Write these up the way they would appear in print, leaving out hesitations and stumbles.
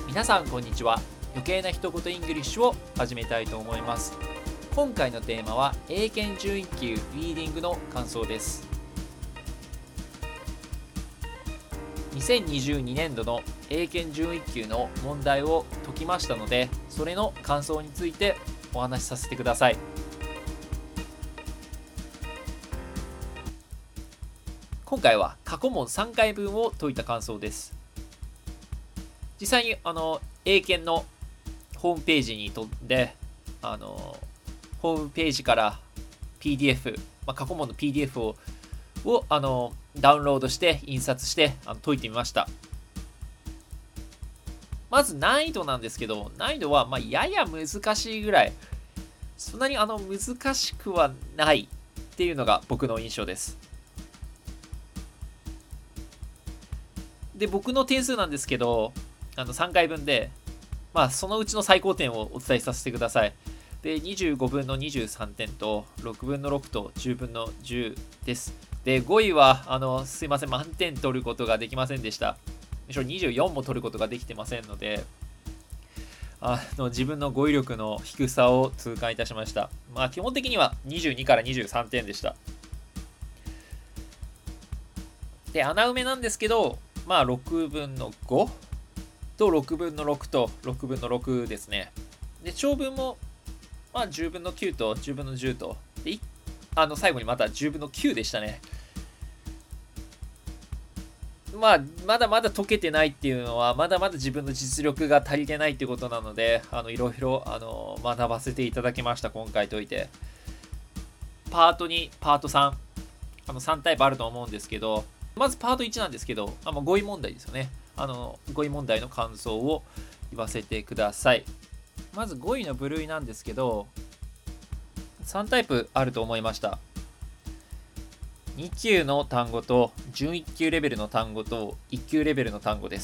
皆さんこんにちは。余計な一言イングリッシュを始めたいと思います。今回のテーマは英検準1級リーディングの感想です。2022年度の英検準1級の問題を解きましたので、それの感想についてお話しさせてください。今回は過去問3回分を解いた感想です。実際に英検のホームページに飛んでホームページから PDF、過去問の PDF をダウンロードして印刷して解いてみました。まず難易度なんですけど、難易度はやや難しいぐらい、そんなに難しくはないっていうのが僕の印象です。で、僕の点数なんですけど、3回分で、そのうちの最高点をお伝えさせてください。で、25分の23点と、6分の6と10分の10です。で、5位は、すいません、満点取ることができませんでした。むしろ24も取ることができてませんので、自分の語彙力の低さを痛感いたしました。基本的には22から23点でした。で、穴埋めなんですけど、6分の5と6分の6と6分の6ですね。で、長文も、10分の9と10分の10と、で、最後にまた10分の9でしたね。まだまだ解けてないっていうのは、まだまだ自分の実力が足りてないってことなので、いろいろ、学ばせていただきました、今回解いて。パート2、パート3、3タイプあると思うんですけど、まずパート1なんですけど、語彙問題ですよね。語彙問題の感想を言わせてください。まず語彙の部類なんですけど、3タイプあると思いました。2級の単語と準1級レベルの単語と1級レベルの単語です。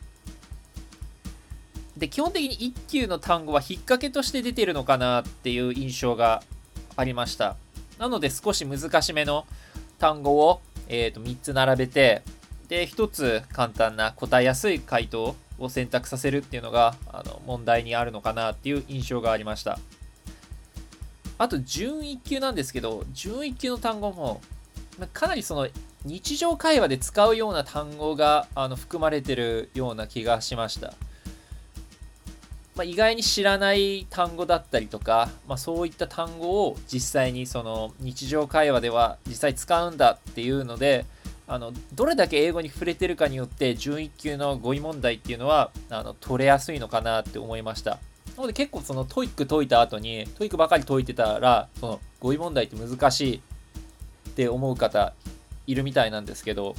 で、基本的に1級の単語は引っ掛けとして出てるのかなっていう印象がありました。なので少し難しめの単語を、3つ並べて、で、1つ簡単な答えやすい回答を選択させるっていうのが問題にあるのかなっていう印象がありました。あと準1級なんですけど、準1級の単語もかなりその日常会話で使うような単語が含まれてるような気がしました。意外に知らない単語だったりとか、そういった単語を実際にその日常会話では実際使うんだっていうので、どれだけ英語に触れてるかによって準1級の語彙問題っていうのは取れやすいのかなって思いました。なので結構そのトイック解いた後にトイックばかり解いてたら、その語彙問題って難しいって思う方いるみたいなんですけど、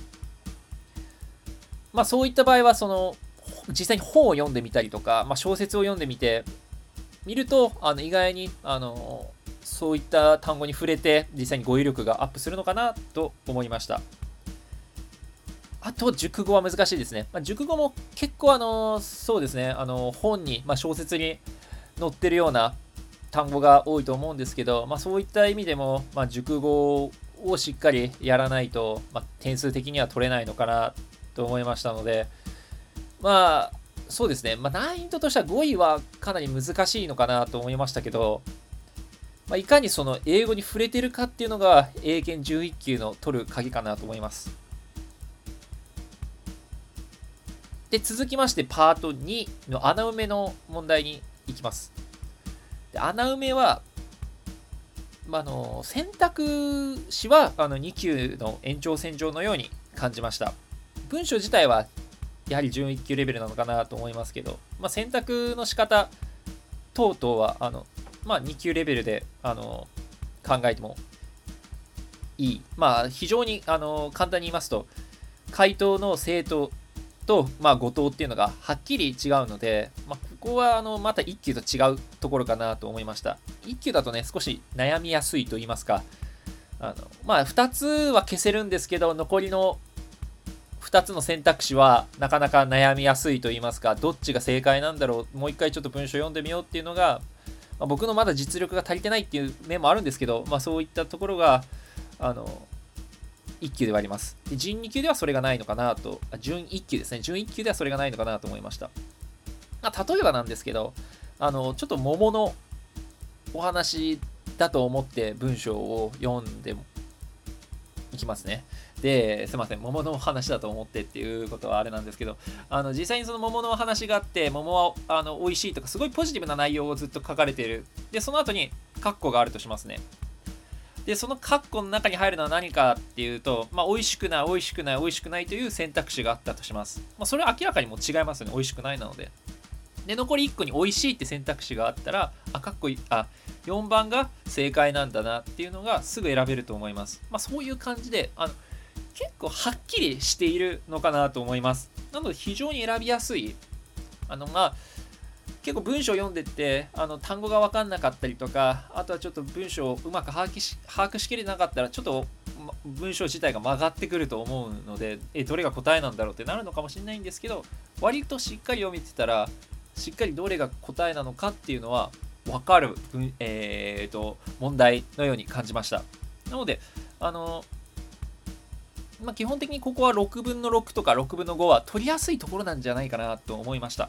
そういった場合はその実際に本を読んでみたりとか、小説を読んでみると意外にそういった単語に触れて実際に語彙力がアップするのかなと思いました。あと熟語は難しいですね。熟語も結構そうですね、本に、小説に載ってるような単語が多いと思うんですけど、そういった意味でも、熟語をしっかりやらないと、点数的には取れないのかなと思いましたので、そうですね、難易度としては5位はかなり難しいのかなと思いましたけど、いかにその英語に触れてるかっていうのが英検11級の取る鍵かなと思います。で、続きましてパート2の穴埋めの問題に行きます。で、穴埋めは、選択肢は2級の延長線上のように感じました。文章自体はやはり準1級レベルなのかなと思いますけど、選択の仕方等々は2級レベルで考えてもいい。非常に簡単に言いますと、回答の正答と、誤答っていうのがはっきり違うので、ここはまた1級と違うところかなと思いました。1級だとね、少し悩みやすいと言いますか、2つは消せるんですけど、残りの2つの選択肢はなかなか悩みやすいと言いますか、どっちが正解なんだろう、もう一回ちょっと文章読んでみようっていうのが、僕のまだ実力が足りてないっていう面もあるんですけど、そういったところが1級ではあります。で準2級ではそれがないのかなと、準1級ですね。準1級ではそれがないのかなと思いました。 例えばなんですけど、ちょっと桃のお話だと思って文章を読んでいきますね。で、すいません、桃の話だと思ってっていうことはあれなんですけど、実際にその桃の話があって、桃は美味しいとか、すごいポジティブな内容をずっと書かれている。で、その後にカッコがあるとしますね。で、そのカッコの中に入るのは何かっていうと、美味しくない、美味しくない、美味しくないという選択肢があったとします。それは明らかにもう違いますよね。美味しくないなので。で、残り1個に美味しいって選択肢があったら、4番が正解なんだなっていうのがすぐ選べると思います。そういう感じで、結構はっきりしているのかなと思います。なので非常に選びやすい。結構文章を読んでって単語が分かんなかったりとか、あとはちょっと文章をうまく把握しきれなかったら、ちょっと文章自体が曲がってくると思うので、どれが答えなんだろうってなるのかもしれないんですけど、割としっかり読めてたら、しっかりどれが答えなのかっていうのは分かる、問題のように感じました。なので、基本的にここは6分の6とか6分の5は取りやすいところなんじゃないかなと思いました。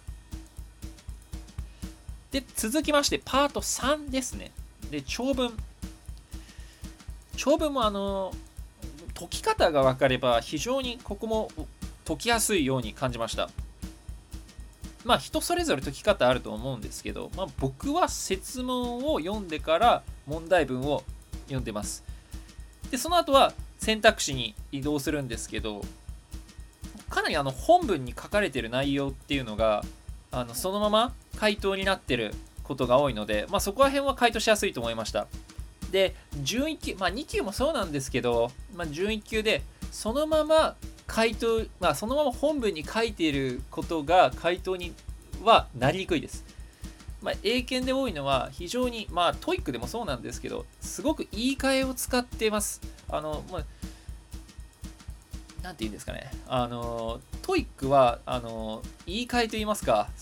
で、続きまして、パート3ですね。で、長文。長文も解き方が分かれば、非常にここも解きやすいように感じました。人それぞれ解き方あると思うんですけど、僕は設問を読んでから問題文を読んでます。で、その後は選択肢に移動するんですけど、かなり本文に書かれている内容っていうのが、そのまま回答になってることが多いので、そこら辺は回答しやすいと思いました。で、準1級、2級もそうなんですけど、準1級で、そのまま回答、そのまま本文に書いていることが回答にはなりにくいです。英検で多いのは非常に、トイックでもそうなんですけど、すごく言い換えを使ってます。なんて言うんですかね。トイックは、言い換えと言いますか、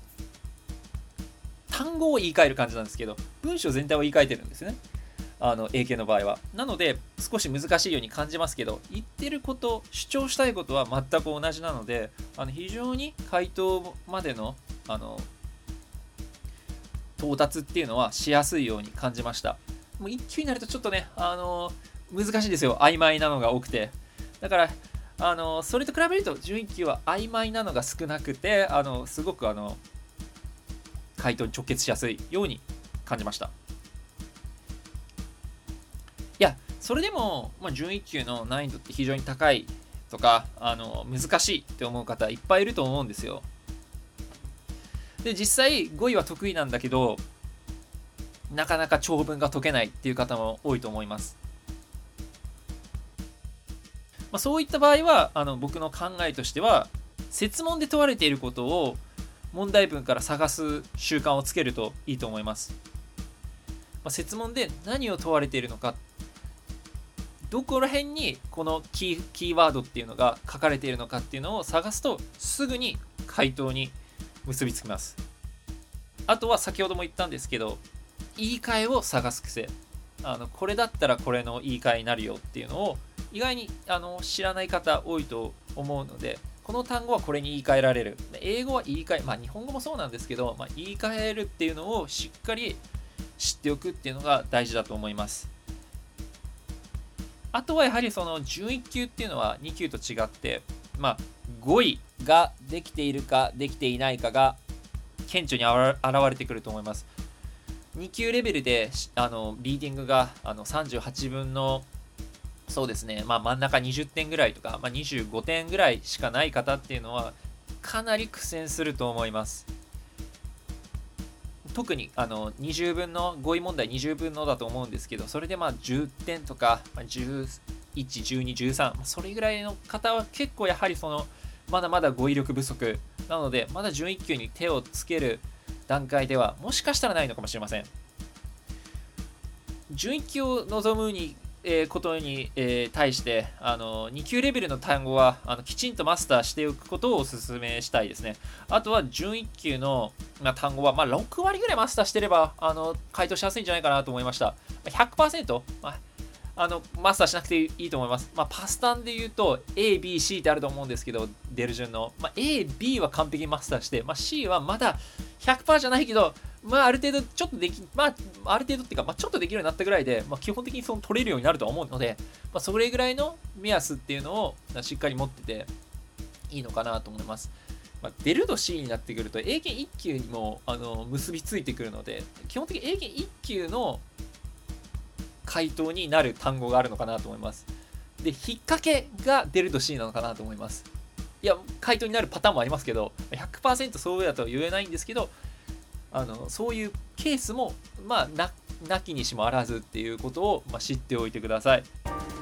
単語を言い換える感じなんですけど、文章全体を言い換えてるんですね。英検の場合は。なので、少し難しいように感じますけど、言ってること、主張したいことは全く同じなので、非常に回答までの、到達っていうのはしやすいように感じました。もう一級になるとちょっとね、難しいですよ。曖昧なのが多くて。だから、それと比べると、準1級は曖昧なのが少なくて、すごく回答に直結しやすいように感じました。いや、それでも、準1級の難易度って非常に高いとか、難しいって思う方いっぱいいると思うんですよ。で、実際5位は得意なんだけど、なかなか長文が解けないっていう方も多いと思います。そういった場合は、僕の考えとしては、設問で問われていることを問題文から探す習慣をつけるといいと思います。設問で何を問われているのか、どこら辺にこのキーワードっていうのが書かれているのかっていうのを探すと、すぐに回答に結びつきます。あとは先ほども言ったんですけど、言い換えを探す癖。これだったらこれの言い換えになるよっていうのを意外に知らない方多いと思うので、この単語はこれに言い換えられる。英語は言い換え、日本語もそうなんですけど、言い換えるっていうのをしっかり知っておくっていうのが大事だと思います。あとはやはりその準1級っていうのは2級と違って、語彙ができているかできていないかが顕著に現れてくると思います。2級レベルでリーディングが38分のそうですね、真ん中20点ぐらいとか、25点ぐらいしかない方っていうのはかなり苦戦すると思います。特に20分の語彙問題20分のだと思うんですけど、それで10点とか11、12、13、それぐらいの方は結構やはりまだまだ語彙力不足なので、まだ準1級に手をつける段階ではもしかしたらないのかもしれません。準1級を望むことに対して2級レベルの単語はきちんとマスターしておくことをお勧めしたいですね。あとは準1級の単語は6割ぐらいマスターしてれば回答しやすいんじゃないかなと思いました。100%、 マスターしなくていいと思います。パスタンで言うと A、B、C ってあると思うんですけど、出る順の。A、B は完璧にマスターして、C はまだ 100% じゃないけど、ある程度ちょっとある程度っていうか、ちょっとできるようになったぐらいで、基本的に取れるようになると思うので、それぐらいの目安っていうのをしっかり持ってていいのかなと思います。デルド C になってくると英検1級にも結びついてくるので、基本的に英検1級の回答になる単語があるのかなと思います。で、引っ掛けがデルド C なのかなと思います。いや、回答になるパターンもありますけど、100% そうだとは言えないんですけど、そういうケースも、なきにしもあらずっていうことを、知っておいてください。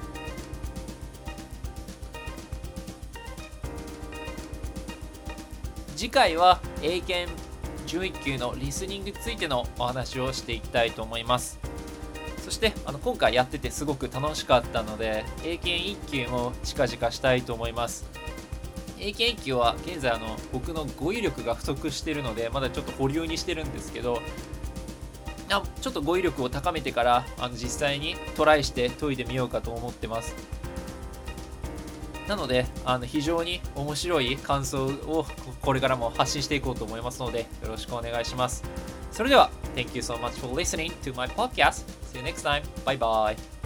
次回は英検11級のリスニングについてのお話をしていきたいと思います。そして今回やっててすごく楽しかったので、英検1級も近々したいと思います。英検1級は現在僕の語彙力が不足しているので、まだちょっと保留にしてるんですけど、ちょっと語彙力を高めてから実際にトライして解いてみようかと思ってます。なので非常に面白い感想をこれからも発信していこうと思いますので、よろしくお願いします。それでは Thank you so much for listening to my podcast. See you next time. Bye bye.